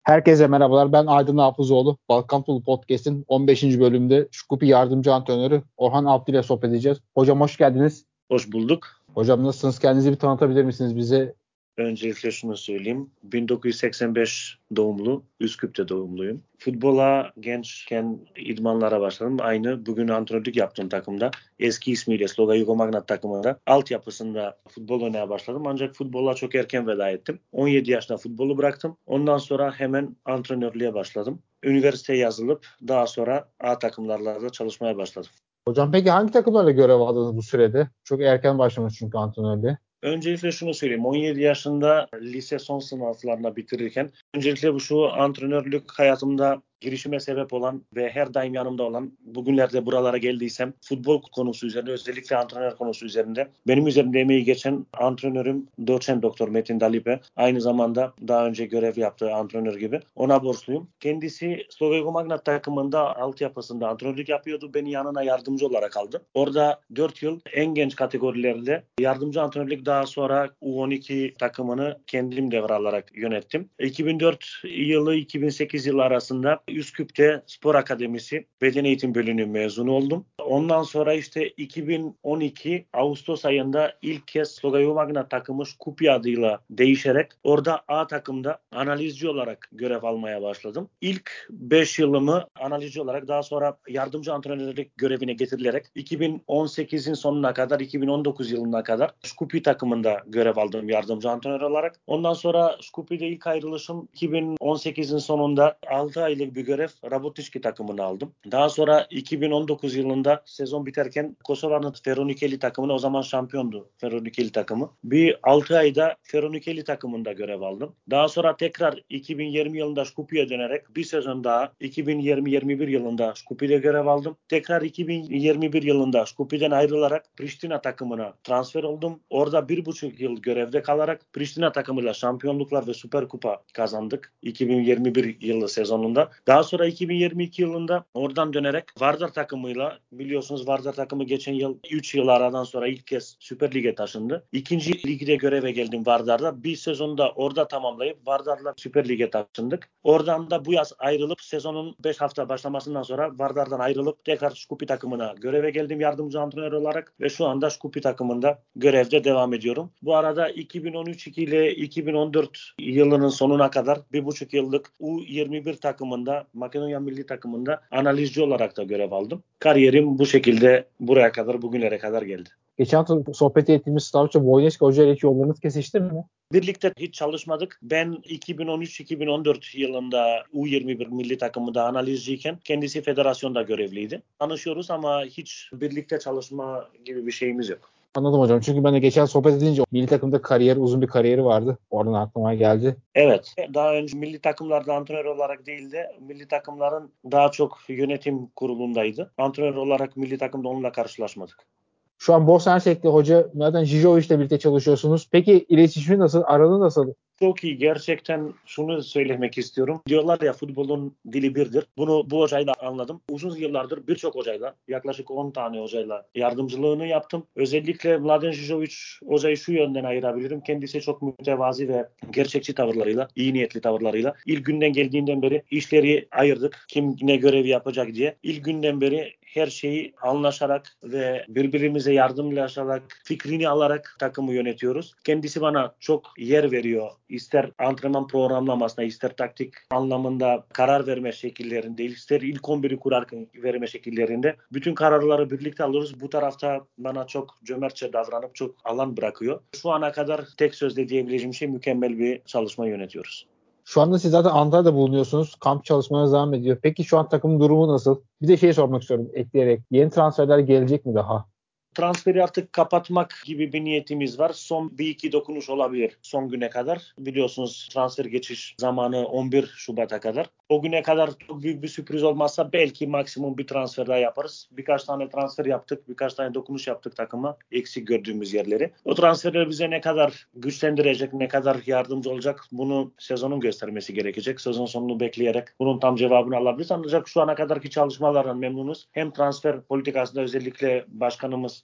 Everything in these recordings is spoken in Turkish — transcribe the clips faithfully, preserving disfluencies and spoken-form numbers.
Herkese merhabalar. Ben Aydın Hafızoğlu. Balkan Futbol Podcast'in on beşinci bölümünde Şkupi yardımcı antrenörü Orhan Abdi ile sohbet edeceğiz. Hocam hoş geldiniz. Hoş bulduk. Hocam nasılsınız? Kendinizi bir tanıtabilir misiniz bize? Öncelikle şunu söyleyeyim. bin dokuz yüz seksen beş doğumlu, Üsküp'te doğumluyum. Futbola gençken idmanlara başladım. Aynı bugün antrenörlük yaptığım takımda. Eski ismiyle Sloga Yugomagnat takımında altyapısında futbol oynamaya başladım. Ancak futbola çok erken veda ettim. on yedi yaşında futbolu bıraktım. Ondan sonra hemen antrenörlüğe başladım. Üniversiteye yazılıp daha sonra A takımlarla da çalışmaya başladım. Hocam peki hangi takımlarda görev aldınız bu sürede? Çok erken başlamış çünkü antrenörlüğe. Öncelikle şunu söyleyeyim. on yedi yaşında lise son sınavlarına bitirirken öncelikle bu şu antrenörlük hayatımda girişime sebep olan ve her daim yanımda olan, bugünlerde buralara geldiysem futbol konusu üzerinde, özellikle antrenör konusu üzerinde benim üzerimde emeği geçen antrenörüm doçent doktor Metin Dalipe. Aynı zamanda daha önce görev yaptığı antrenör gibi. Ona borçluyum. Kendisi Slovenya Magnat takımında altyapısında antrenörlük yapıyordu. Beni yanına yardımcı olarak aldı. Orada dört yıl en genç kategorilerde yardımcı antrenörlük, daha sonra U on iki takımını kendim devralarak yönettim. iki bin dört yılı iki bin sekiz yılı arasında Üsküp'te Spor Akademisi Beden Eğitim Bölümü mezunu oldum. Ondan sonra işte iki bin on iki Ağustos ayında ilk kez Slovenya Magnat takımı Şkupi adıyla değişerek orada A takımda analizci olarak görev almaya başladım. İlk beş yılımı analizci olarak, daha sonra yardımcı antrenörlük görevine getirilerek iki bin on sekizin sonuna kadar, iki bin on dokuz yılına kadar Şkupi takımında görev aldım yardımcı antrenör olarak. Ondan sonra Şkupi'de ilk ayrılışım iki bin on sekizin sonunda altı aylık bir görev Rabotnički takımını aldım. Daha sonra iki bin on dokuz yılında sezon biterken Kosova'nın Feronikeli takımına, o zaman şampiyondu Feronikeli takımı. Bir altı ayda Feronikeli takımında görev aldım. Daha sonra tekrar iki bin yirmi yılında Şkupi'ye dönerek bir sezon daha iki bin yirmi yirmi bir yılında Şkupi'de görev aldım. Tekrar iki bin yirmi bir yılında Şkupi'den ayrılarak Priştina takımına transfer oldum. Orada bir buçuk yıl görevde kalarak Priştina takımıyla şampiyonluklar ve Süper Kupa kazandık iki bin yirmi bir yılı sezonunda. Daha sonra iki bin yirmi iki yılında oradan dönerek Vardar takımıyla, biliyorsunuz Vardar takımı geçen yıl üç yıl aradan sonra ilk kez Süper Lig'e taşındı. İkinci ligde göreve geldim Vardar'da. Bir sezonda orada tamamlayıp Vardar'la Süper Lig'e taşındık. Oradan da bu yaz ayrılıp sezonun beş hafta başlamasından sonra Vardar'dan ayrılıp tekrar Şkupi takımına göreve geldim yardımcı antrenör olarak ve şu anda Şkupi takımında görevde devam ediyorum. Bu arada iki bin on üç ile iki bin on dört yılının sonuna kadar bir buçuk yıllık U yirmi bir takımında, Makedonya milli takımında analizci olarak da görev aldım. Kariyerim bu şekilde buraya kadar, bugünlere kadar geldi. Geçen hafta sohbet ettiğimiz Stavros Vojnički Hoca ile hiç yollarınız kesişti mi? Birlikte hiç çalışmadık. Ben iki bin on üç iki bin on dört yılında U yirmi bir milli takımında analizciyken kendisi federasyonda görevliydi. Tanışıyoruz ama hiç birlikte çalışma gibi bir şeyimiz yok. Anladım hocam. Çünkü ben de geçen sohbet edince milli takımda kariyer, uzun bir kariyeri vardı. Oradan aklıma geldi. Evet. Daha önce milli takımlarda antrenör olarak değil de milli takımların daha çok yönetim kurulundaydı. Antrenör olarak milli takımda onunla karşılaşmadık. Şu an Bosna Hersek'te hoca zaten Žižović ile birlikte çalışıyorsunuz. Peki iletişimi nasıl? Aralığı nasıl? Çok iyi. Gerçekten şunu söylemek istiyorum. Diyorlar ya, futbolun dili birdir. Bunu bu hocayla anladım. Uzun yıllardır birçok hocayla, yaklaşık on tane hocayla yardımcılığını yaptım. Özellikle Mladen Žižović hocayı şu yönden ayırabilirim. Kendisi çok mütevazi ve gerçekçi tavırlarıyla, iyi niyetli tavırlarıyla ilk günden geldiğinden beri işleri ayırdık. Kim ne görevi yapacak diye. İlk günden beri her şeyi anlaşarak ve birbirimize yardımlaşarak, fikrini alarak takımı yönetiyoruz. Kendisi bana çok yer veriyor. İster antrenman programlamasına, ister taktik anlamında karar verme şekillerinde, ister ilk on biri kurarken verme şekillerinde bütün kararları birlikte alıyoruz. Bu tarafta bana çok cömertçe davranıp çok alan bırakıyor. Şu ana kadar tek sözle diyebileceğim şey, mükemmel bir çalışma yönetiyoruz. Şu anda siz zaten Antalya'da bulunuyorsunuz. Kamp çalışmalarınız devam ediyor. Peki şu an takımın durumu nasıl? Bir de şey sormak istiyorum ekleyerek. Yeni transferler gelecek mi daha? Transferi artık kapatmak gibi bir niyetimiz var. Son bir iki dokunuş olabilir son güne kadar. Biliyorsunuz transfer geçiş zamanı on bir Şubat'a kadar. O güne kadar çok büyük bir sürpriz olmazsa belki maksimum bir transfer daha yaparız. Birkaç tane transfer yaptık, birkaç tane dokunuş yaptık takıma, eksik gördüğümüz yerleri. O transferler bize ne kadar güçlendirecek, ne kadar yardımcı olacak, bunu sezonun göstermesi gerekecek. Sezon sonunu bekleyerek bunun tam cevabını alabiliriz. Ancak şu ana kadarki çalışmalardan memnunuz. Hem transfer politikasında özellikle başkanımız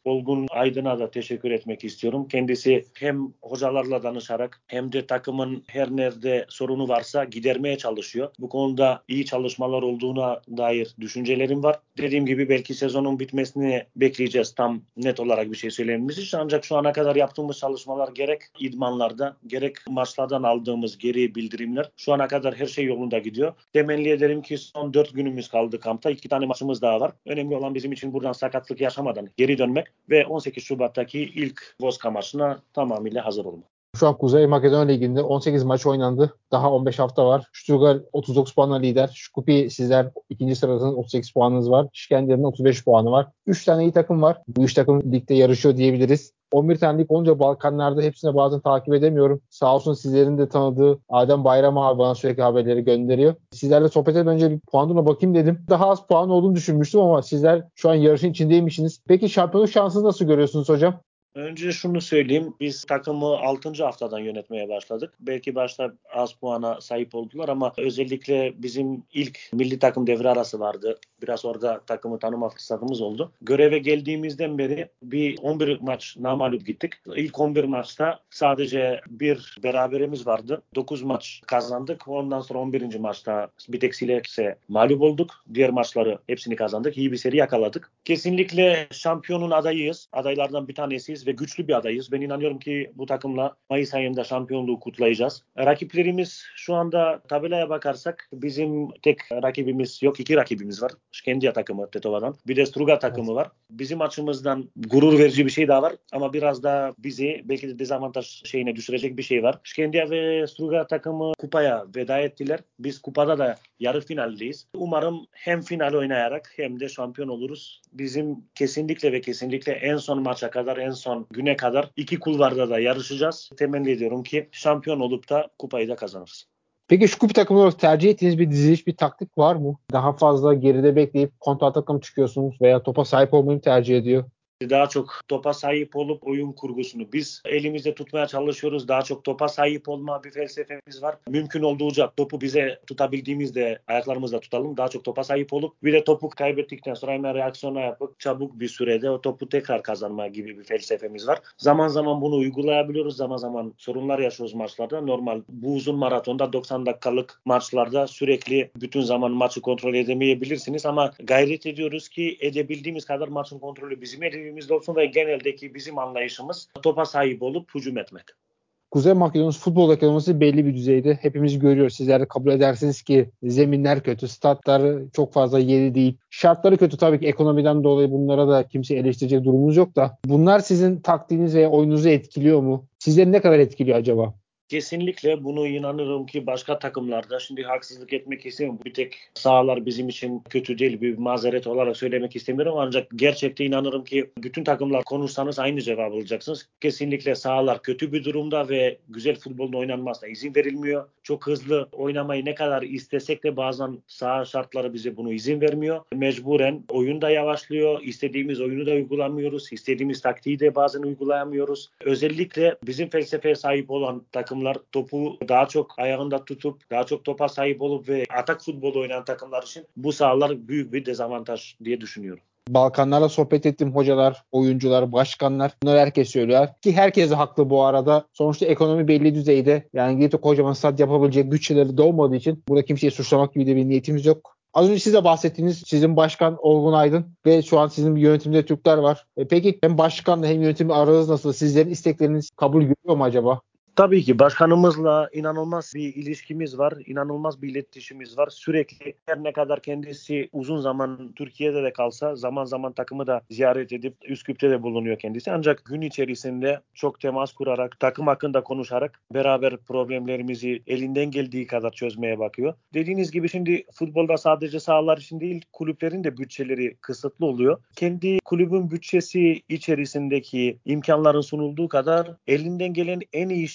Olgun Aydın'a da teşekkür etmek istiyorum. Kendisi hem hocalarla danışarak hem de takımın her nerede sorunu varsa gidermeye çalışıyor. Bu konuda iyi çalışmalar olduğuna dair düşüncelerim var. Dediğim gibi belki sezonun bitmesini bekleyeceğiz. Tam net olarak bir şey söyleyememiz için. Ancak şu ana kadar yaptığımız çalışmalar gerek idmanlarda gerek maçlardan aldığımız geri bildirimler şu ana kadar her şey yolunda gidiyor. Temenni ederim ki son dört günümüz kaldı kampta. iki tane maçımız daha var. Önemli olan bizim için buradan sakatlık yaşamadan geri dönmek ve on sekiz Şubat'taki ilk Vosca maçına tamamıyla hazır olmak. Şu an Kuzey Makedonya Ligi'nde on sekiz maç oynandı. Daha on beş hafta var. Stuttgart otuz dokuz puanla lider. Şkupi sizler ikinci sırasınız. otuz sekiz puanınız var. Şkender'in otuz beş puanı var. üç tane iyi takım var. Bu üç takım ligde yarışıyor diyebiliriz. on bir tane lig olunca Balkanlarda hepsine bazen takip edemiyorum. Sağ olsun sizlerin de tanıdığı Adem Bayram abi bana sürekli haberleri gönderiyor. Sizlerle sohbet etmeden önce bir puan durumuna bakayım dedim. Daha az puan olduğunu düşünmüştüm ama sizler şu an yarışın içindeymişsiniz. Peki şampiyonluk şansını nasıl görüyorsunuz hocam? Önce şunu söyleyeyim. Biz takımı altıncı haftadan yönetmeye başladık. Belki başta az puana sahip oldular ama özellikle bizim ilk milli takım devre arası vardı. Biraz orada takımı tanıma fırsatımız oldu. Göreve geldiğimizden beri bir on bir maç namağlup gittik. İlk on bir maçta sadece bir beraberimiz vardı. dokuz maç kazandık. Ondan sonra on birinci maçta bir tek Silekse mağlup olduk. Diğer maçları hepsini kazandık. İyi bir seri yakaladık. Kesinlikle şampiyonun adayıyız. Adaylardan bir tanesiyiz ve güçlü bir adayız. Ben inanıyorum ki bu takımla Mayıs ayında şampiyonluğu kutlayacağız. Rakiplerimiz şu anda tabelaya bakarsak bizim tek rakibimiz yok. iki rakibimiz var. Şkendia takımı Tetova'dan. Bir de Struga takımı evet. var. Bizim açımızdan gurur verici bir şey daha var. Ama biraz da bizi belki de dezavantaj şeyine düşürecek bir şey var. Şkendia ve Struga takımı kupaya veda ettiler. Biz kupada da yarı finaldeyiz. Umarım hem final oynayarak hem de şampiyon oluruz. Bizim kesinlikle ve kesinlikle en son maça kadar, en son güne kadar iki kulvarda da yarışacağız. Temenni ediyorum ki şampiyon olup da kupayı da kazanırız. Peki şu kupi takımı olarak tercih ettiğiniz bir diziliş, bir taktik var mı? Daha fazla geride bekleyip kontra atakla mı çıkıyorsunuz veya topa sahip olmayı mı tercih ediyor? Daha çok topa sahip olup oyun kurgusunu biz elimizde tutmaya çalışıyoruz. Daha çok topa sahip olma bir felsefemiz var. Mümkün olduğunca topu bize tutabildiğimizde ayaklarımızla tutalım. Daha çok topa sahip olup bir de topu kaybettikten sonra hemen reaksiyona yapıp çabuk bir sürede o topu tekrar kazanma gibi bir felsefemiz var. Zaman zaman bunu uygulayabiliyoruz. Zaman zaman sorunlar yaşıyoruz maçlarda. Normal bu uzun maratonda doksan dakikalık maçlarda sürekli bütün zaman maçı kontrol edemeyebilirsiniz ama gayret ediyoruz ki edebildiğimiz kadar maçın kontrolü bizim elimizde olsun ve geneldeki bizim anlayışımız topa sahip olup hücum etmek. Kuzey Makedonya futbol ekonomisi belli bir düzeyde. Hepimiz görüyoruz. Sizler de kabul edersiniz ki zeminler kötü, statları çok fazla yeni değil. Şartları kötü tabii ki ekonomiden dolayı bunlara da kimse eleştirecek durumumuz yok da. Bunlar sizin taktiğiniz veya oyununuzu etkiliyor mu? Sizleri ne kadar etkiliyor acaba? Kesinlikle bunu inanırım ki başka takımlarda şimdi haksızlık etmek istemiyorum. Bir tek sahalar bizim için kötü değil, bir mazeret olarak söylemek istemiyorum ancak gerçekten inanırım ki bütün takımlar konuşsanız aynı cevabı alacaksınız. Kesinlikle sahalar kötü bir durumda ve güzel futbolun oynanmasına izin verilmiyor. Çok hızlı oynamayı ne kadar istesek de bazen saha şartları bize bunu izin vermiyor. Mecburen oyun da yavaşlıyor. İstediğimiz oyunu da uygulamıyoruz. İstediğimiz taktiği de bazen uygulayamıyoruz. Özellikle bizim felsefeye sahip olan takımlar topu daha çok ayağında tutup daha çok topa sahip olup ve atak futbolu oynayan takımlar için bu sahalar büyük bir dezavantaj diye düşünüyorum. Balkanlarla sohbet ettiğim hocalar, oyuncular, başkanlar bunları herkes söylüyor. Ki herkes de haklı bu arada. Sonuçta ekonomi belli düzeyde. Yani gidip de kocaman stat yapabilecek güçleri de olmadığı için burada kimseyi suçlamak gibi de bir niyetimiz yok. Az önce size bahsettiğiniz sizin başkan Olgun Aydın ve şu an sizin yönetimde Türkler var. E peki hem başkanla hem yönetimi aranız nasıl? Sizlerin istekleriniz kabul görüyor mu acaba? Tabii ki başkanımızla inanılmaz bir ilişkimiz var, inanılmaz bir iletişimimiz var. Sürekli her ne kadar kendisi uzun zaman Türkiye'de de kalsa zaman zaman takımı da ziyaret edip Üsküp'te de bulunuyor kendisi. Ancak gün içerisinde çok temas kurarak, takım hakkında konuşarak beraber problemlerimizi elinden geldiği kadar çözmeye bakıyor. Dediğiniz gibi şimdi futbolda sadece sahalar için değil, kulüplerin de bütçeleri kısıtlı oluyor. Kendi kulübün bütçesi içerisindeki imkanların sunulduğu kadar elinden gelen en iyi şey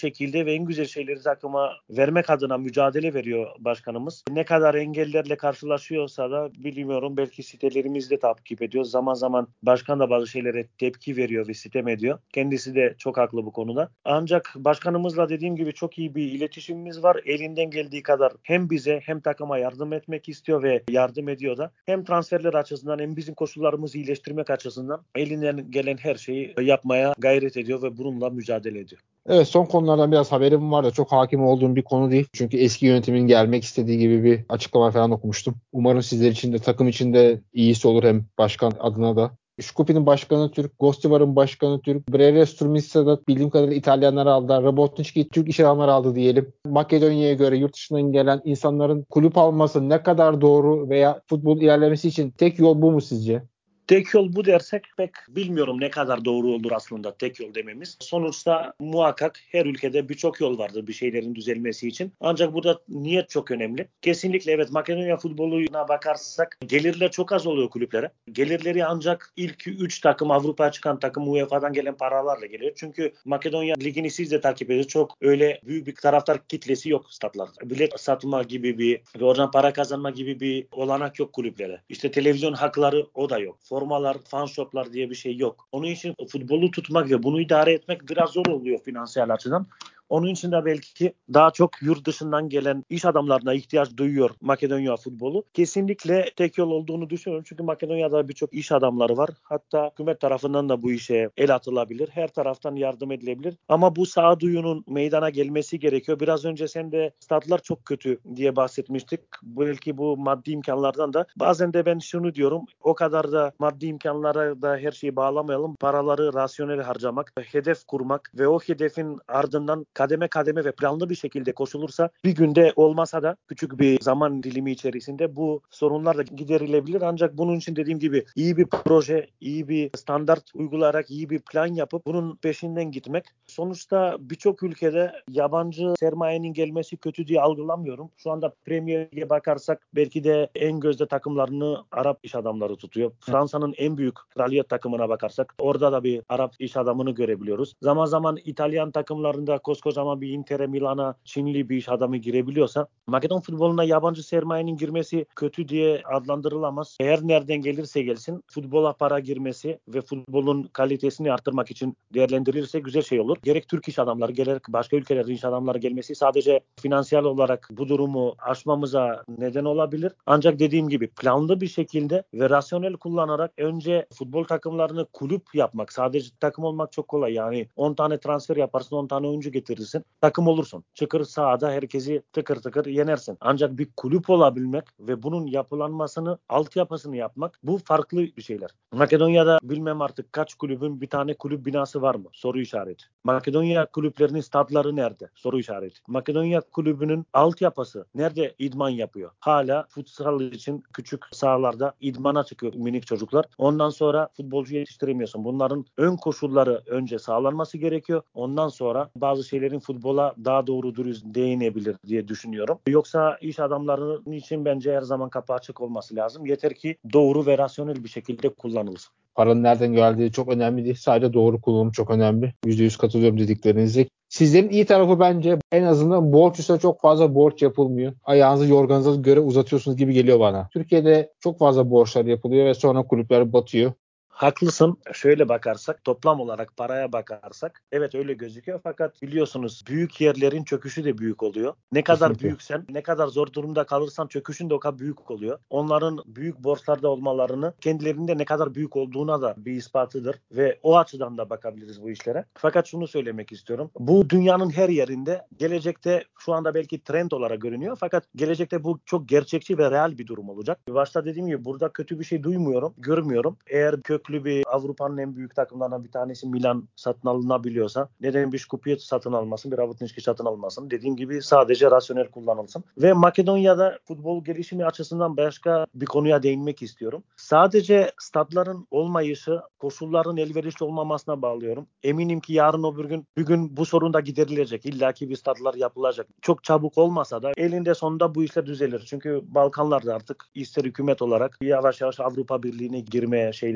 şekilde ve en güzel şeyleri takıma vermek adına mücadele veriyor başkanımız. Ne kadar engellerle karşılaşıyorsa da bilmiyorum, belki sitelerimizde takip ediyor. Zaman zaman başkan da bazı şeylere tepki veriyor ve sitem ediyor. Kendisi de çok haklı bu konuda. Ancak başkanımızla dediğim gibi çok iyi bir iletişimimiz var. Elinden geldiği kadar hem bize hem takıma yardım etmek istiyor ve yardım ediyor da. Hem transferler açısından hem bizim koşullarımızı iyileştirmek açısından elinden gelen her şeyi yapmaya gayret ediyor ve bununla mücadele ediyor. Evet, son konulardan biraz haberim var da çok hakim olduğum bir konu değil. Çünkü eski yönetimin gelmek istediği gibi bir açıklama falan okumuştum. Umarım sizler için de takım için de iyisi olur, hem başkan adına da. Şkupi'nin başkanı Türk, Gostivar'ın başkanı Türk, Brera Sturmissa'da bildiğim kadarıyla İtalyanlar aldı. Rabotnicki Türk iş adamları aldı diyelim. Makedonya'ya göre yurt dışından gelen insanların kulüp alması ne kadar doğru veya futbol ilerlemesi için tek yol bu mu sizce? Tek yol bu dersek pek bilmiyorum ne kadar doğru olur aslında tek yol dememiz. Sonuçta muhakkak her ülkede birçok yol vardır bir şeylerin düzelmesi için. Ancak burada niyet çok önemli. Kesinlikle evet, Makedonya futboluna bakarsak gelirler çok az oluyor kulüplere. Gelirleri ancak ilk üç takım, Avrupa'ya çıkan takım U E F A'dan gelen paralarla geliyor. Çünkü Makedonya ligini siz de takip ediyorsunuz. Çok öyle büyük bir taraftar kitlesi yok statlarda. Bilet satma gibi bir ve oradan para kazanma gibi bir olanak yok kulüplere. İşte televizyon hakları, o da yok. Formalar, fan shoplar diye bir şey yok. Onun için futbolu tutmak ve bunu idare etmek biraz zor oluyor finansal açıdan. Onun için de belki daha çok yurt dışından gelen iş adamlarına ihtiyaç duyuyor Makedonya futbolu. Kesinlikle tek yol olduğunu düşünüyorum. Çünkü Makedonya'da birçok iş adamları var. Hatta hükümet tarafından da bu işe el atılabilir. Her taraftan yardım edilebilir. Ama bu sağduyunun meydana gelmesi gerekiyor. Biraz önce sen de statlar çok kötü diye bahsetmiştik. Belki bu maddi imkanlardan da. Bazen de ben şunu diyorum. O kadar da maddi imkanlara da her şeyi bağlamayalım. Paraları rasyonel harcamak, hedef kurmak ve o hedefin ardından kademe kademe ve planlı bir şekilde koşulursa bir günde olmasa da küçük bir zaman dilimi içerisinde bu sorunlar da giderilebilir. Ancak bunun için dediğim gibi iyi bir proje, iyi bir standart uygulayarak iyi bir plan yapıp bunun peşinden gitmek. Sonuçta birçok ülkede yabancı sermayenin gelmesi kötü diye algılamıyorum. Şu anda Premier Lig'e bakarsak belki de en gözde takımlarını Arap iş adamları tutuyor. Fransa'nın en büyük kraliyet takımına bakarsak orada da bir Arap iş adamını görebiliyoruz. Zaman zaman İtalyan takımlarında koskocaman bir Inter'e, Milan'a Çinli bir iş adamı girebiliyorsa Makedon futboluna yabancı sermayenin girmesi kötü diye adlandırılamaz. Eğer nereden gelirse gelsin futbola para girmesi ve futbolun kalitesini arttırmak için değerlendirilirse güzel şey olur. Gerek Türk iş adamları gerek başka ülkelerin iş adamları gelmesi sadece finansal olarak bu durumu aşmamıza neden olabilir. Ancak dediğim gibi planlı bir şekilde ve rasyonel kullanarak önce futbol takımlarını kulüp yapmak, sadece takım olmak çok kolay. Yani on tane transfer yaparsın, on tane oyuncu getirirsin, takım olursun. Çıkır sahada herkesi tıkır tıkır yenersin. Ancak bir kulüp olabilmek ve bunun yapılanmasını, altyapısını yapmak, bu farklı bir şeyler. Makedonya'da bilmem artık kaç kulübün bir tane kulüp binası var mı? Soru işareti. Makedonya kulüplerinin stadları nerede? Soru işareti. Makedonya kulübünün altyapısı nerede idman yapıyor? Hala futsal için küçük sahalarda idmana çıkıyor minik çocuklar. Ondan sonra futbolcu yetiştiremiyorsun. Bunların ön koşulları önce sağlanması gerekiyor. Ondan sonra bazı şeylerin futbola daha doğru dürüst değinebilir diye düşünüyorum. Yoksa iş adamlarının için bence her zaman kapı açık olması lazım. Yeter ki doğru ve rasyonel bir şekilde kullanılsın. Paranın nereden geldiği çok önemli değil. Sadece doğru kullanım çok önemli. yüzde yüz katılıyorum dediklerinize. Sizlerin iyi tarafı bence en azından borç üstüne çok fazla borç yapılmıyor. Ayağınızı yorganınıza göre uzatıyorsunuz gibi geliyor bana. Türkiye'de çok fazla borçlar yapılıyor ve sonra kulüpler batıyor. Haklısın. Şöyle bakarsak, toplam olarak paraya bakarsak evet öyle gözüküyor. Fakat biliyorsunuz büyük yerlerin çöküşü de büyük oluyor. Ne kadar Kesinlikle. büyüksen, ne kadar zor durumda kalırsan çöküşün de o kadar büyük oluyor. Onların büyük borçlarda olmalarını kendilerinde ne kadar büyük olduğuna da bir ispatıdır. Ve o açıdan da bakabiliriz bu işlere. Fakat şunu söylemek istiyorum. Bu dünyanın her yerinde gelecekte şu anda belki trend olarak görünüyor. Fakat gelecekte bu çok gerçekçi ve real bir durum olacak. Başta dediğim gibi burada kötü bir şey duymuyorum, görmüyorum. Eğer kök bir Avrupa'nın en büyük takımlarından bir tanesi Milan satın alınabiliyorsa neden bir Skopje satın almasın, bir Rabotnicki satın almasın? Dediğim gibi sadece rasyonel kullanılsın. Ve Makedonya'da futbol gelişimi açısından başka bir konuya değinmek istiyorum. Sadece statların olmayışı, koşulların elverişli olmamasına bağlıyorum. Eminim ki yarın öbür gün bir gün bu sorun da giderilecek. İlla ki bir statlar yapılacak. Çok çabuk olmasa da elinde sonunda bu işler düzelir. Çünkü Balkanlarda artık ister hükümet olarak yavaş yavaş Avrupa Birliği'ne girmeye şeyleri var.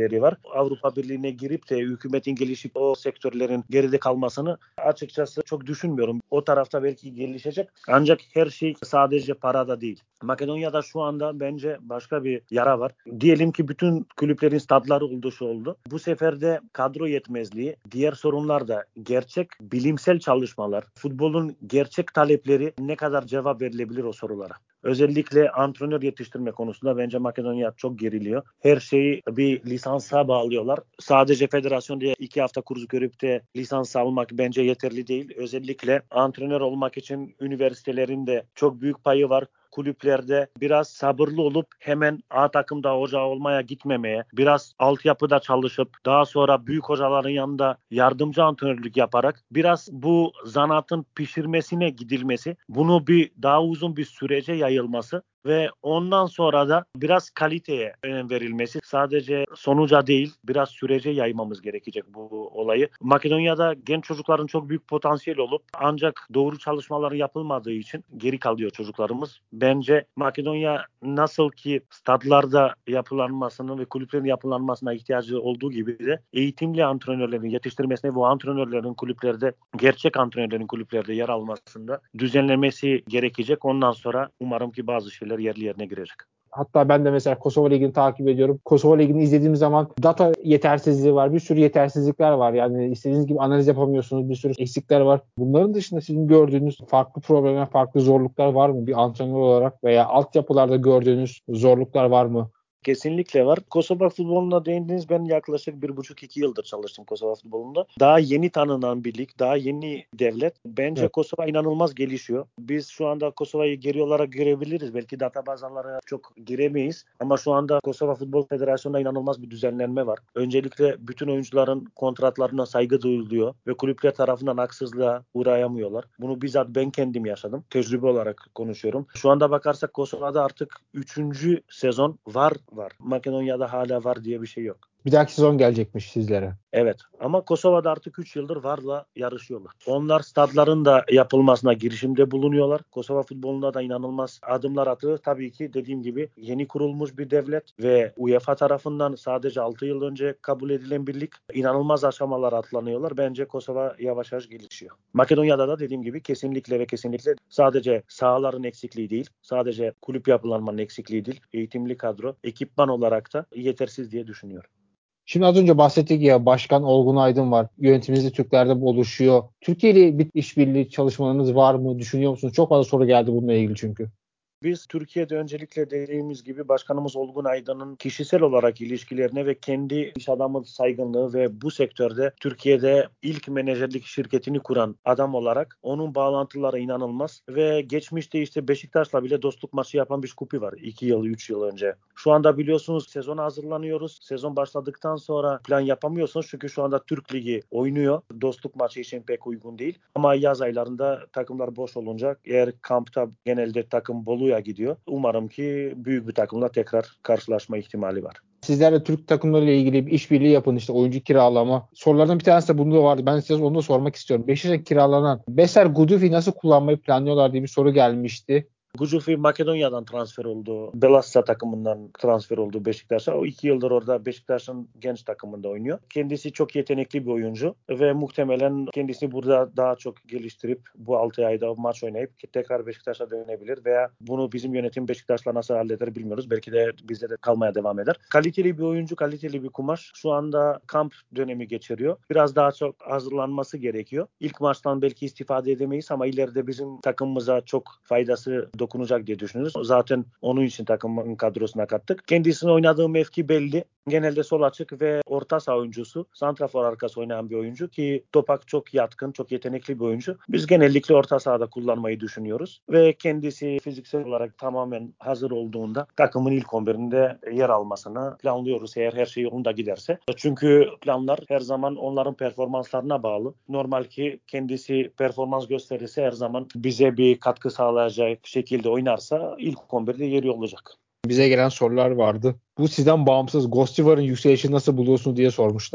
Avrupa Birliği'ne girip de hükümetin gelişip o sektörlerin geride kalmasını açıkçası çok düşünmüyorum. O tarafta belki gelişecek. Ancak her şey sadece parada değil. Makedonya'da şu anda bence başka bir yara var. Diyelim ki bütün kulüplerin stadları oldu şu oldu. Bu sefer de kadro yetmezliği, diğer sorunlar da gerçek bilimsel çalışmalar, futbolun gerçek talepleri ne kadar cevap verilebilir o sorulara. Özellikle antrenör yetiştirme konusunda bence Makedonya çok geriliyor. Her şeyi bir lisansa bağlıyorlar. Sadece federasyon diye iki hafta kurs görüp de lisans almak bence yeterli değil. Özellikle antrenör olmak için üniversitelerin de çok büyük payı var. Kulüplerde biraz sabırlı olup hemen A takımda hoca olmaya gitmemeye, biraz altyapıda çalışıp daha sonra büyük hocaların yanında yardımcı antrenörlük yaparak biraz bu zanaatın pişirmesine gidilmesi, bunu bir daha uzun bir sürece yayılması ve ondan sonra da biraz kaliteye önem verilmesi, sadece sonuca değil biraz sürece yaymamız gerekecek bu olayı. Makedonya'da genç çocukların çok büyük potansiyel olup ancak doğru çalışmaların yapılmadığı için geri kalıyor çocuklarımız. Bence Makedonya nasıl ki stadlarda yapılanmasının ve kulüplerin yapılanmasına ihtiyacı olduğu gibi de eğitimli antrenörlerin yetiştirmesine ve o antrenörlerin kulüplerde, gerçek antrenörlerin kulüplerde yer almasında düzenlemesi gerekecek. Ondan sonra umarım ki bazı şeyler yerli yerine girecek. Hatta ben de mesela Kosova Ligi'ni takip ediyorum. Kosova Ligi'ni izlediğim zaman data yetersizliği var. Bir sürü yetersizlikler var. Yani istediğiniz gibi analiz yapamıyorsunuz. Bir sürü eksikler var. Bunların dışında sizin gördüğünüz farklı problemler, farklı zorluklar var mı? Bir antrenör olarak veya altyapılarda gördüğünüz zorluklar var mı? Kesinlikle var. Kosova futboluna değindiniz. Ben yaklaşık bir buçuk iki yıldır çalıştım Kosova futbolunda. Daha yeni tanınan bir lig, daha yeni devlet. Bence evet. Kosova inanılmaz gelişiyor. Biz şu anda Kosova'yı geri olarak görebiliriz. Belki data bazlarına çok giremeyiz. Ama şu anda Kosova Futbol Federasyonu'nda inanılmaz bir düzenlenme var. Öncelikle bütün oyuncuların kontratlarına saygı duyuluyor ve kulüpler tarafından haksızlığa uğrayamıyorlar. Bunu bizzat ben kendim yaşadım. Tecrübe olarak konuşuyorum. Şu anda bakarsak Kosova'da artık üçüncü sezon var. var. Makedonya'da hala var diye bir şey yok. Bir dahaki sezon gelecekmiş sizlere. Evet ama Kosova'da artık üç yıldır VAR'la yarışıyorlar. Onlar stadların da yapılmasına girişimde bulunuyorlar. Kosova futbolunda da inanılmaz adımlar atıyor. Tabii ki dediğim gibi yeni kurulmuş bir devlet ve UEFA tarafından sadece altı yıl önce kabul edilen bir lig. İnanılmaz aşamalar atlanıyorlar. Bence Kosova yavaş yavaş gelişiyor. Makedonya'da da dediğim gibi kesinlikle ve kesinlikle sadece sahaların eksikliği değil, sadece kulüp yapılanmanın eksikliği değil, eğitimli kadro, ekipman olarak da yetersiz diye düşünüyorum. Şimdi az önce bahsettik ya, Başkan Olgun Aydın var. Yönetimimizde Türklerde oluşuyor. Türkiye ile bir işbirliği çalışmalarınız var mı? Düşünüyor musunuz? Çok fazla soru geldi bununla ilgili çünkü. Biz Türkiye'de öncelikle dediğimiz gibi Başkanımız Olgun Aydın'ın kişisel olarak ilişkilerine ve kendi iş adamı saygınlığı ve bu sektörde Türkiye'de ilk menajerlik şirketini kuran adam olarak onun bağlantıları inanılmaz ve geçmişte işte Beşiktaş'la bile dostluk maçı yapan bir Şkupi var iki yıl üç yıl önce. Şu anda biliyorsunuz sezona hazırlanıyoruz. Sezon başladıktan sonra plan yapamıyorsunuz çünkü şu anda Türk Ligi oynuyor. Dostluk maçı için pek uygun değil. Ama yaz aylarında takımlar boş olunca eğer kampta genelde takım Bolu'ya gidiyor. Umarım ki büyük bir takımla tekrar karşılaşma ihtimali var. Sizler de Türk takımlarıyla ilgili bir işbirliği yapın, işte oyuncu kiralama. Sorulardan bir tanesi de bunda vardı. Ben size onu da sormak istiyorum. Beşiktaş'a kiralanan Beser Gudufi nasıl kullanmayı planlıyorlar diye bir soru gelmişti. Gucufi Makedonya'dan transfer oldu. Belassa takımından transfer oldu Beşiktaş'a. O iki yıldır orada Beşiktaş'ın genç takımında oynuyor. Kendisi çok yetenekli bir oyuncu ve muhtemelen kendisi burada daha çok geliştirip bu altı ayda maç oynayıp tekrar Beşiktaş'a dönebilir veya bunu bizim yönetim Beşiktaş'la nasıl halleder bilmiyoruz. Belki de bizde de kalmaya devam eder. Kaliteli bir oyuncu, kaliteli bir kumaş. Şu anda kamp dönemi geçiriyor. Biraz daha çok hazırlanması gerekiyor. İlk maçtan belki istifade edemeyiz ama ileride bizim takımımıza çok faydası dokunacak diye düşünüyoruz. Zaten onun için takımın kadrosuna kattık. Kendisinin oynadığı mevki belli. Genelde sol açık ve orta saha oyuncusu. Santrafor arkası oynayan bir oyuncu ki Topak çok yatkın, çok yetenekli bir oyuncu. Biz genellikle orta sahada kullanmayı düşünüyoruz. Ve kendisi fiziksel olarak tamamen hazır olduğunda takımın ilk on birinde yer almasını planlıyoruz eğer her şey yolunda giderse. Çünkü planlar her zaman onların performanslarına bağlı. Normal ki kendisi performans gösterirse her zaman bize bir katkı sağlayacak şekilde oynarsa ilk on birde yeri olacak. Bize gelen sorular vardı. Bu sizden bağımsız Gostivar'ın yükselişi nasıl buluyorsunuz diye sormuşlar.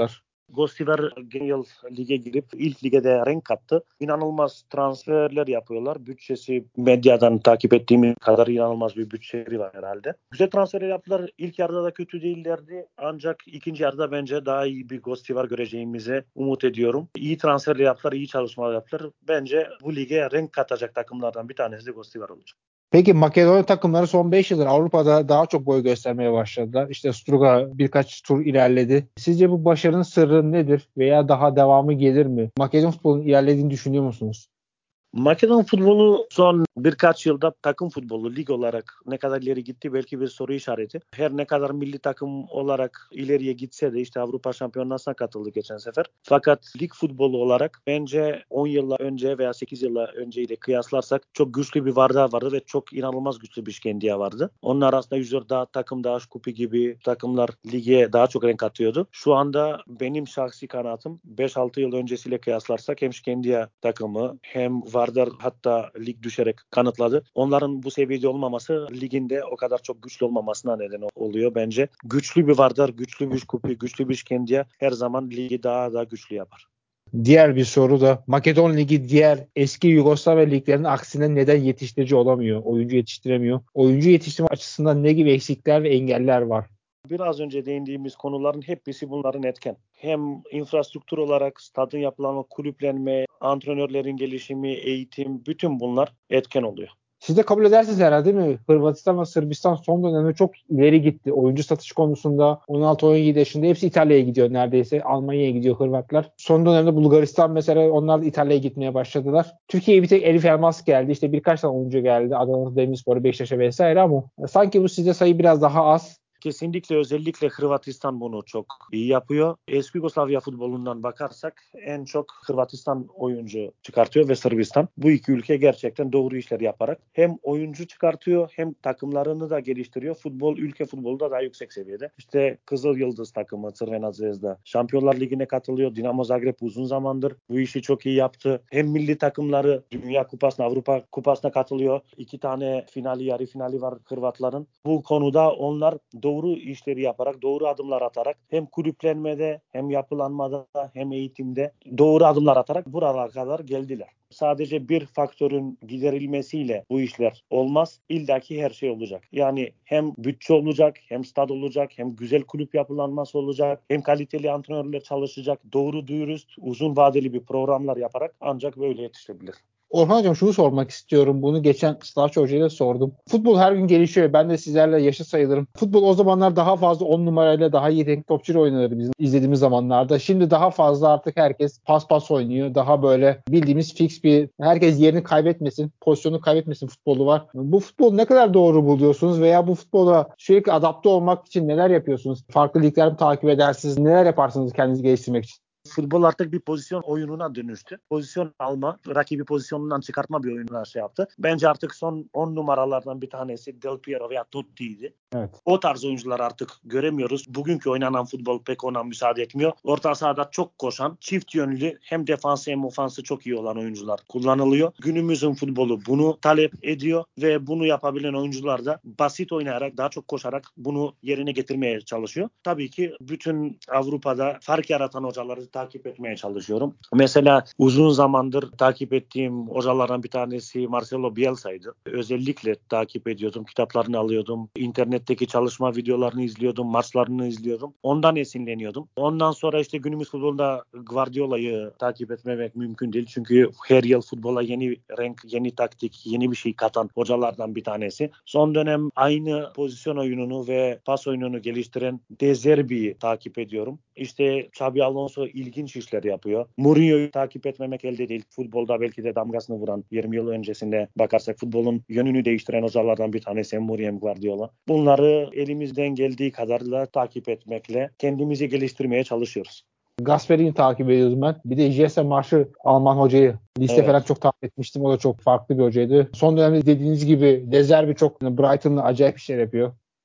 Gostivar geçen yıl lige girip ilk lige de renk kattı. İnanılmaz transferler yapıyorlar. Bütçesi medyadan takip ettiğimiz kadar inanılmaz bir bütçeleri var herhalde. Güzel transferler yaptılar. İlk yarıda da kötü değillerdi. Ancak ikinci yarıda bence daha iyi bir Gostivar göreceğimizi umut ediyorum. İyi transferler yaptılar, iyi çalışmalar yaptılar. Bence bu lige renk katacak takımlardan bir tanesi de Gostivar olacak. Peki Makedonya takımları son beş yıldır Avrupa'da daha çok boy göstermeye başladılar. İşte Struga birkaç tur ilerledi. Sizce bu başarının sırrı nedir veya daha devamı gelir mi? Makedon futbolunun ilerlediğini düşünüyor musunuz? Makedon futbolu son birkaç yılda takım futbolu lig olarak ne kadar ileri gitti belki bir soru işareti. Her ne kadar milli takım olarak ileriye gitse de işte Avrupa Şampiyonası'na katıldı geçen sefer. Fakat lig futbolu olarak bence on yıllar önce veya sekiz yıllar önceyle kıyaslarsak çok güçlü bir Vardar vardı ve çok inanılmaz güçlü bir Şkendiya vardı. Onun arasında yüzler daha takım daha Şkupi gibi takımlar lige daha çok renk atıyordu. Şu anda benim şahsi kanaatim beş altı yıl öncesiyle kıyaslarsak hem Şkendiya takımı hem Vardar hatta lig düşerek kanıtladı. Onların bu seviyede olmaması liginde o kadar çok güçlü olmamasına neden oluyor bence. Güçlü bir Vardar, güçlü bir Şkupi, güçlü bir Şkendiya her zaman ligi daha da güçlü yapar. Diğer bir soru da Makedon Ligi diğer eski Yugoslavya liglerinin aksine neden yetiştirici olamıyor? Oyuncu yetiştiremiyor. Oyuncu yetiştirme açısından ne gibi eksikler ve engeller var? Biraz önce değindiğimiz konuların hepsi bunların etken. Hem infrastruktür olarak stadın yapılanma, kulüplenme, antrenörlerin gelişimi, eğitim bütün bunlar etken oluyor. Siz de kabul edersiniz herhalde değil mi? Hırvatistan ve Sırbistan son dönemde çok ileri gitti. Oyuncu satış konusunda on altı on yedi yaşında hepsi İtalya'ya gidiyor neredeyse. Almanya'ya gidiyor Hırvatlar. Son dönemde Bulgaristan mesela onlar da İtalya'ya gitmeye başladılar. Türkiye'ye bir tek Elif Elmas geldi. İşte birkaç tane oyuncu geldi. Adana Demirspor, Beşiktaş'a vesaire ama sanki bu size sayı biraz daha az. Kesinlikle özellikle Hırvatistan bunu çok iyi yapıyor. Eski Yugoslavya futbolundan bakarsak en çok Hırvatistan oyuncu çıkartıyor ve Sırbistan. Bu iki ülke gerçekten doğru işler yaparak hem oyuncu çıkartıyor hem takımlarını da geliştiriyor. Futbol, ülke futbolu da daha yüksek seviyede. İşte Kızıl Yıldız takımı Crvena Zvezda Şampiyonlar Ligi'ne katılıyor. Dinamo Zagreb uzun zamandır bu işi çok iyi yaptı. Hem milli takımları Dünya Kupası'na, Avrupa Kupası'na katılıyor. İki tane finali, yarı finali var Hırvatların. Bu konuda onlar doğru işleri yaparak, doğru adımlar atarak hem kulüplenmede hem yapılanmada hem eğitimde doğru adımlar atarak buralara kadar geldiler. Sadece bir faktörün giderilmesiyle bu işler olmaz. İllaki her şey olacak. Yani hem bütçe olacak, hem stad olacak, hem güzel kulüp yapılanması olacak, hem kaliteli antrenörler çalışacak. Doğru dürüst, uzun vadeli bir programlar yaparak ancak böyle yetişebilir. Orhan Hocam şunu sormak istiyorum. Bunu geçen Slavç Hoca'ya da sordum. Futbol her gün gelişiyor. Ben de sizlerle yaşı sayılırım. Futbol o zamanlar daha fazla on numarayla daha iyi teknik topçuyla oynanırdı bizim izlediğimiz zamanlarda. Şimdi daha fazla artık herkes pas pas oynuyor. Daha böyle bildiğimiz fix bir herkes yerini kaybetmesin, pozisyonu kaybetmesin futbolu var. Bu futbol ne kadar doğru buluyorsunuz veya bu futbola sürekli adapte olmak için neler yapıyorsunuz? Farklı ligler mi takip edersiniz? Neler yaparsınız kendinizi geliştirmek için? Futbol artık bir pozisyon oyununa dönüştü. Pozisyon alma, rakibi pozisyonundan çıkartma bir oyununa şey yaptı. Bence artık son on numaralardan bir tanesi Del Piero veya Totti'ydi. Evet. O tarz oyuncular artık göremiyoruz. Bugünkü oynanan futbol pek ona müsaade etmiyor. Orta sahada çok koşan, çift yönlü hem defansı hem ofansı çok iyi olan oyuncular kullanılıyor. Günümüzün futbolu bunu talep ediyor ve bunu yapabilen oyuncular da basit oynayarak, daha çok koşarak bunu yerine getirmeye çalışıyor. Tabii ki bütün Avrupa'da fark yaratan hocaları takip etmeye çalışıyorum. Mesela uzun zamandır takip ettiğim hocalardan bir tanesi Marcelo Bielsa'ydı. Özellikle takip ediyordum, kitaplarını alıyordum, internetteki çalışma videolarını izliyordum, maçlarını izliyordum. Ondan esinleniyordum. Ondan sonra işte günümüz futbolunda Guardiola'yı takip etmemek mümkün değil. Çünkü her yıl futbola yeni renk, yeni taktik, yeni bir şey katan hocalardan bir tanesi. Son dönem aynı pozisyon oyununu ve pas oyununu geliştiren De Zerbi'yi takip ediyorum. İşte Xabi Alonso ilginç işler yapıyor. Mourinho'yu takip etmemek elde değil. Futbolda belki de damgasını vuran yirmi yıl öncesinde bakarsak futbolun yönünü değiştiren hocalardan bir tanesi hem Mourinho hem Guardiola. Bunları elimizden geldiği kadarıyla takip etmekle kendimizi geliştirmeye çalışıyoruz. Gasperini takip ediyoruz ben. Bir de Jesse Marş'ı Alman hocayı liste Evet. falan çok takip etmiştim. O da çok farklı bir hocaydı. Son dönemde dediğiniz gibi De Zerbi çok Brighton'la acayip işler yapıyor.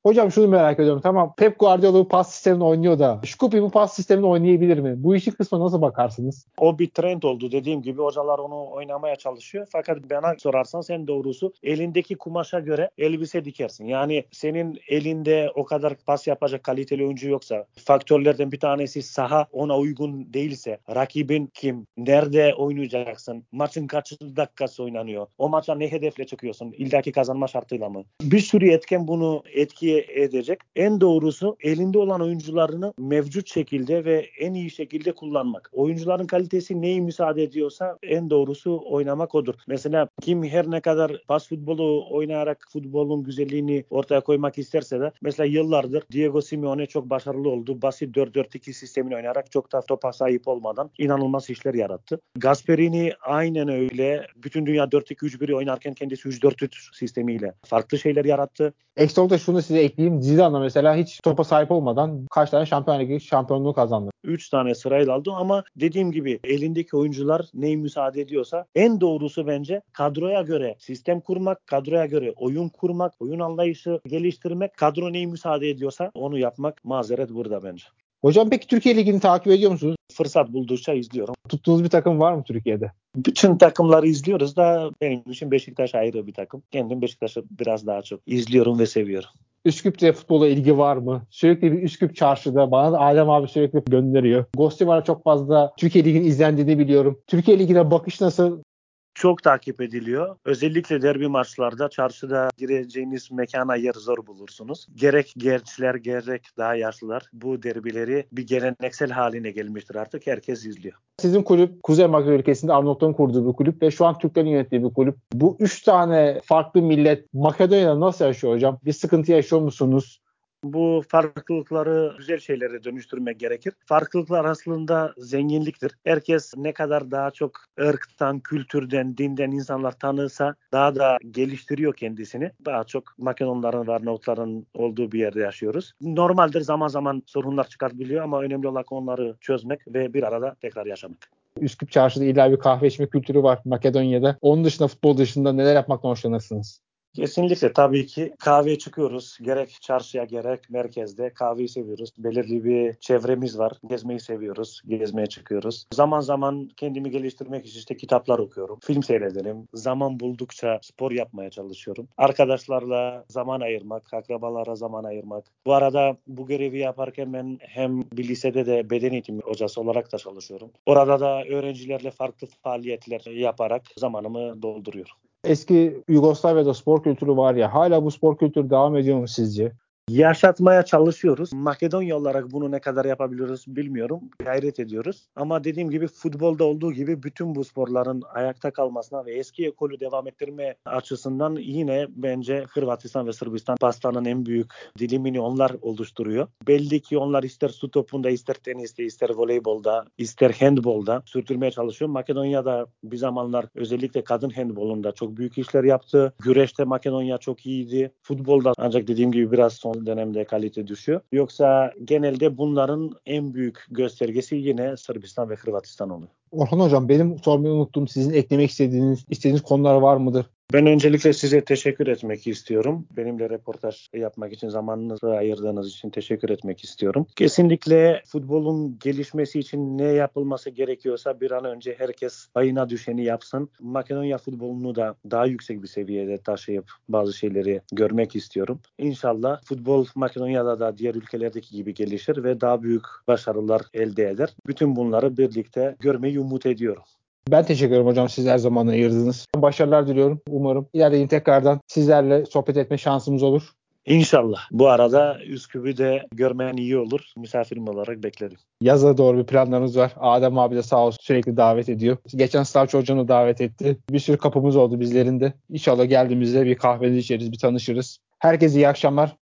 Hocam şunu merak ediyorum. Tamam, Pep Guardiola bu pas sistemini oynuyor da Şkupi bu pas sistemini oynayabilir mi? Bu işin kısmına nasıl bakarsınız? O bir trend oldu. Dediğim gibi hocalar onu oynamaya çalışıyor. Fakat bana sorarsan sen doğrusu elindeki kumaşa göre elbise dikersin. Yani senin elinde o kadar pas yapacak kaliteli oyuncu yoksa, faktörlerden bir tanesi saha ona uygun değilse, rakibin kim, nerede oynayacaksın, maçın kaç dakikası oynanıyor, o maça ne hedefle çıkıyorsun, illaki kazanma şartıyla mı? Bir sürü etken bunu etki edecek. En doğrusu elinde olan oyuncularını mevcut şekilde ve en iyi şekilde kullanmak. Oyuncuların kalitesi neyi müsaade ediyorsa en doğrusu oynamak odur. Mesela kim her ne kadar pas futbolu oynayarak futbolun güzelliğini ortaya koymak isterse de mesela yıllardır Diego Simeone çok başarılı oldu. Basit dört dört iki sistemini oynayarak çok da topa sahip olmadan inanılmaz işler yarattı. Gasperini aynen öyle. Bütün dünya dört iki üç bir oynarken kendisi üç dört üç sistemiyle farklı şeyler yarattı. Ekstra olarak şunu size ekleyeyim. Zidane mesela hiç topa sahip olmadan kaç tane Şampiyonlar Ligi şampiyonluğu kazandı. üç tane sırayla aldı ama dediğim gibi elindeki oyuncular neyi müsaade ediyorsa en doğrusu bence kadroya göre sistem kurmak, kadroya göre oyun kurmak, oyun anlayışı geliştirmek, kadro neyi müsaade ediyorsa onu yapmak. Mazeret burada bence. Hocam peki Türkiye Ligi'ni takip ediyor musunuz? Fırsat buldukça izliyorum. Tuttuğunuz bir takım var mı Türkiye'de? Bütün takımları izliyoruz da benim için Beşiktaş ayrı bir takım. Kendim Beşiktaş'ı biraz daha çok izliyorum ve seviyorum. Üsküp'te futbola ilgi var mı? Sürekli bir Üsküp çarşıda. Bana da Adem abi sürekli gönderiyor. Ghosti var, çok fazla Türkiye Ligi'nin izlendiğini biliyorum. Türkiye Ligi'ne bakış nasıl? Çok takip ediliyor. Özellikle derbi maçlarda çarşıda gireceğiniz mekana yer zor bulursunuz. Gerek gençler gerek daha yaşlılar bu derbileri bir geleneksel haline gelmiştir artık. Herkes izliyor. Sizin kulüp Kuzey Makedonya ülkesinde Arnavutların kurduğu bir kulüp ve şu an Türklerin yönettiği bir kulüp. Bu üç tane farklı millet Makedonya'da nasıl yaşıyor hocam? Bir sıkıntı yaşıyor musunuz? Bu farklılıkları güzel şeylere dönüştürmek gerekir. Farklılıklar aslında zenginliktir. Herkes ne kadar daha çok ırktan, kültürden, dinden insanlar tanırsa daha da geliştiriyor kendisini. Daha çok Makedonların ve Arnavutların olduğu bir yerde yaşıyoruz. Normaldir, zaman zaman sorunlar çıkartabiliyor ama önemli olan onları çözmek ve bir arada tekrar yaşamak. Üsküp çarşıda illa bir kahve içme kültürü var Makedonya'da. Onun dışında, futbol dışında neler yapmaktan hoşlanırsınız? Kesinlikle tabii ki kahveye çıkıyoruz. Gerek çarşıya gerek merkezde kahveyi seviyoruz. Belirli bir çevremiz var. Gezmeyi seviyoruz. Gezmeye çıkıyoruz. Zaman zaman kendimi geliştirmek için işte kitaplar okuyorum. Film seyrederim. Zaman buldukça spor yapmaya çalışıyorum. Arkadaşlarla zaman ayırmak, akrabalara zaman ayırmak. Bu arada bu görevi yaparken ben hem bir lisede de beden eğitimi hocası olarak da çalışıyorum. Orada da öğrencilerle farklı faaliyetler yaparak zamanımı dolduruyorum. Eski Yugoslavya'da spor kültürü var ya, hala bu spor kültürü devam ediyor mu sizce? Yaşatmaya çalışıyoruz. Makedonya olarak bunu ne kadar yapabiliyoruz bilmiyorum. Gayret ediyoruz. Ama dediğim gibi futbolda olduğu gibi bütün bu sporların ayakta kalmasına ve eski ekolü devam ettirme açısından yine bence Hırvatistan ve Sırbistan pastanın en büyük dilimini onlar oluşturuyor. Belli ki onlar ister su topunda, ister teniste, ister voleybolda, ister handbolda sürdürmeye çalışıyor. Makedonya'da bir zamanlar özellikle kadın handbolunda çok büyük işler yaptı. Güreşte Makedonya çok iyiydi. Futbolda ancak dediğim gibi biraz son dönemde kalite düşüyor. Yoksa genelde bunların en büyük göstergesi yine Sırbistan ve Hırvatistan oluyor. Orhan hocam, benim sormayı unuttum. Sizin eklemek istediğiniz istediğiniz konular var mıdır? Ben öncelikle size teşekkür etmek istiyorum. Benimle röportaj yapmak için zamanınızı ayırdığınız için teşekkür etmek istiyorum. Kesinlikle futbolun gelişmesi için ne yapılması gerekiyorsa bir an önce herkes payına düşeni yapsın. Makedonya futbolunu da daha yüksek bir seviyede taşıyıp bazı şeyleri görmek istiyorum. İnşallah futbol Makedonya'da da diğer ülkelerdeki gibi gelişir ve daha büyük başarılar elde eder. Bütün bunları birlikte görmeyi umut ediyorum. Ben teşekkür ederim hocam, siz her zaman ayırdınız. Başarılar diliyorum. Umarım ileride yine tekrardan sizlerle sohbet etme şansımız olur. İnşallah. Bu arada Üsküp'ü de görmeyen iyi olur. Misafirim olarak beklerim. Yaza doğru bir planlarımız var. Adem abi de sağ olsun sürekli davet ediyor. Geçen Slavç hocamı davet etti. Bir sürü kapımız oldu bizlerin de. İnşallah geldiğimizde bir kahvenizi içeriz, bir tanışırız. Herkese iyi akşamlar.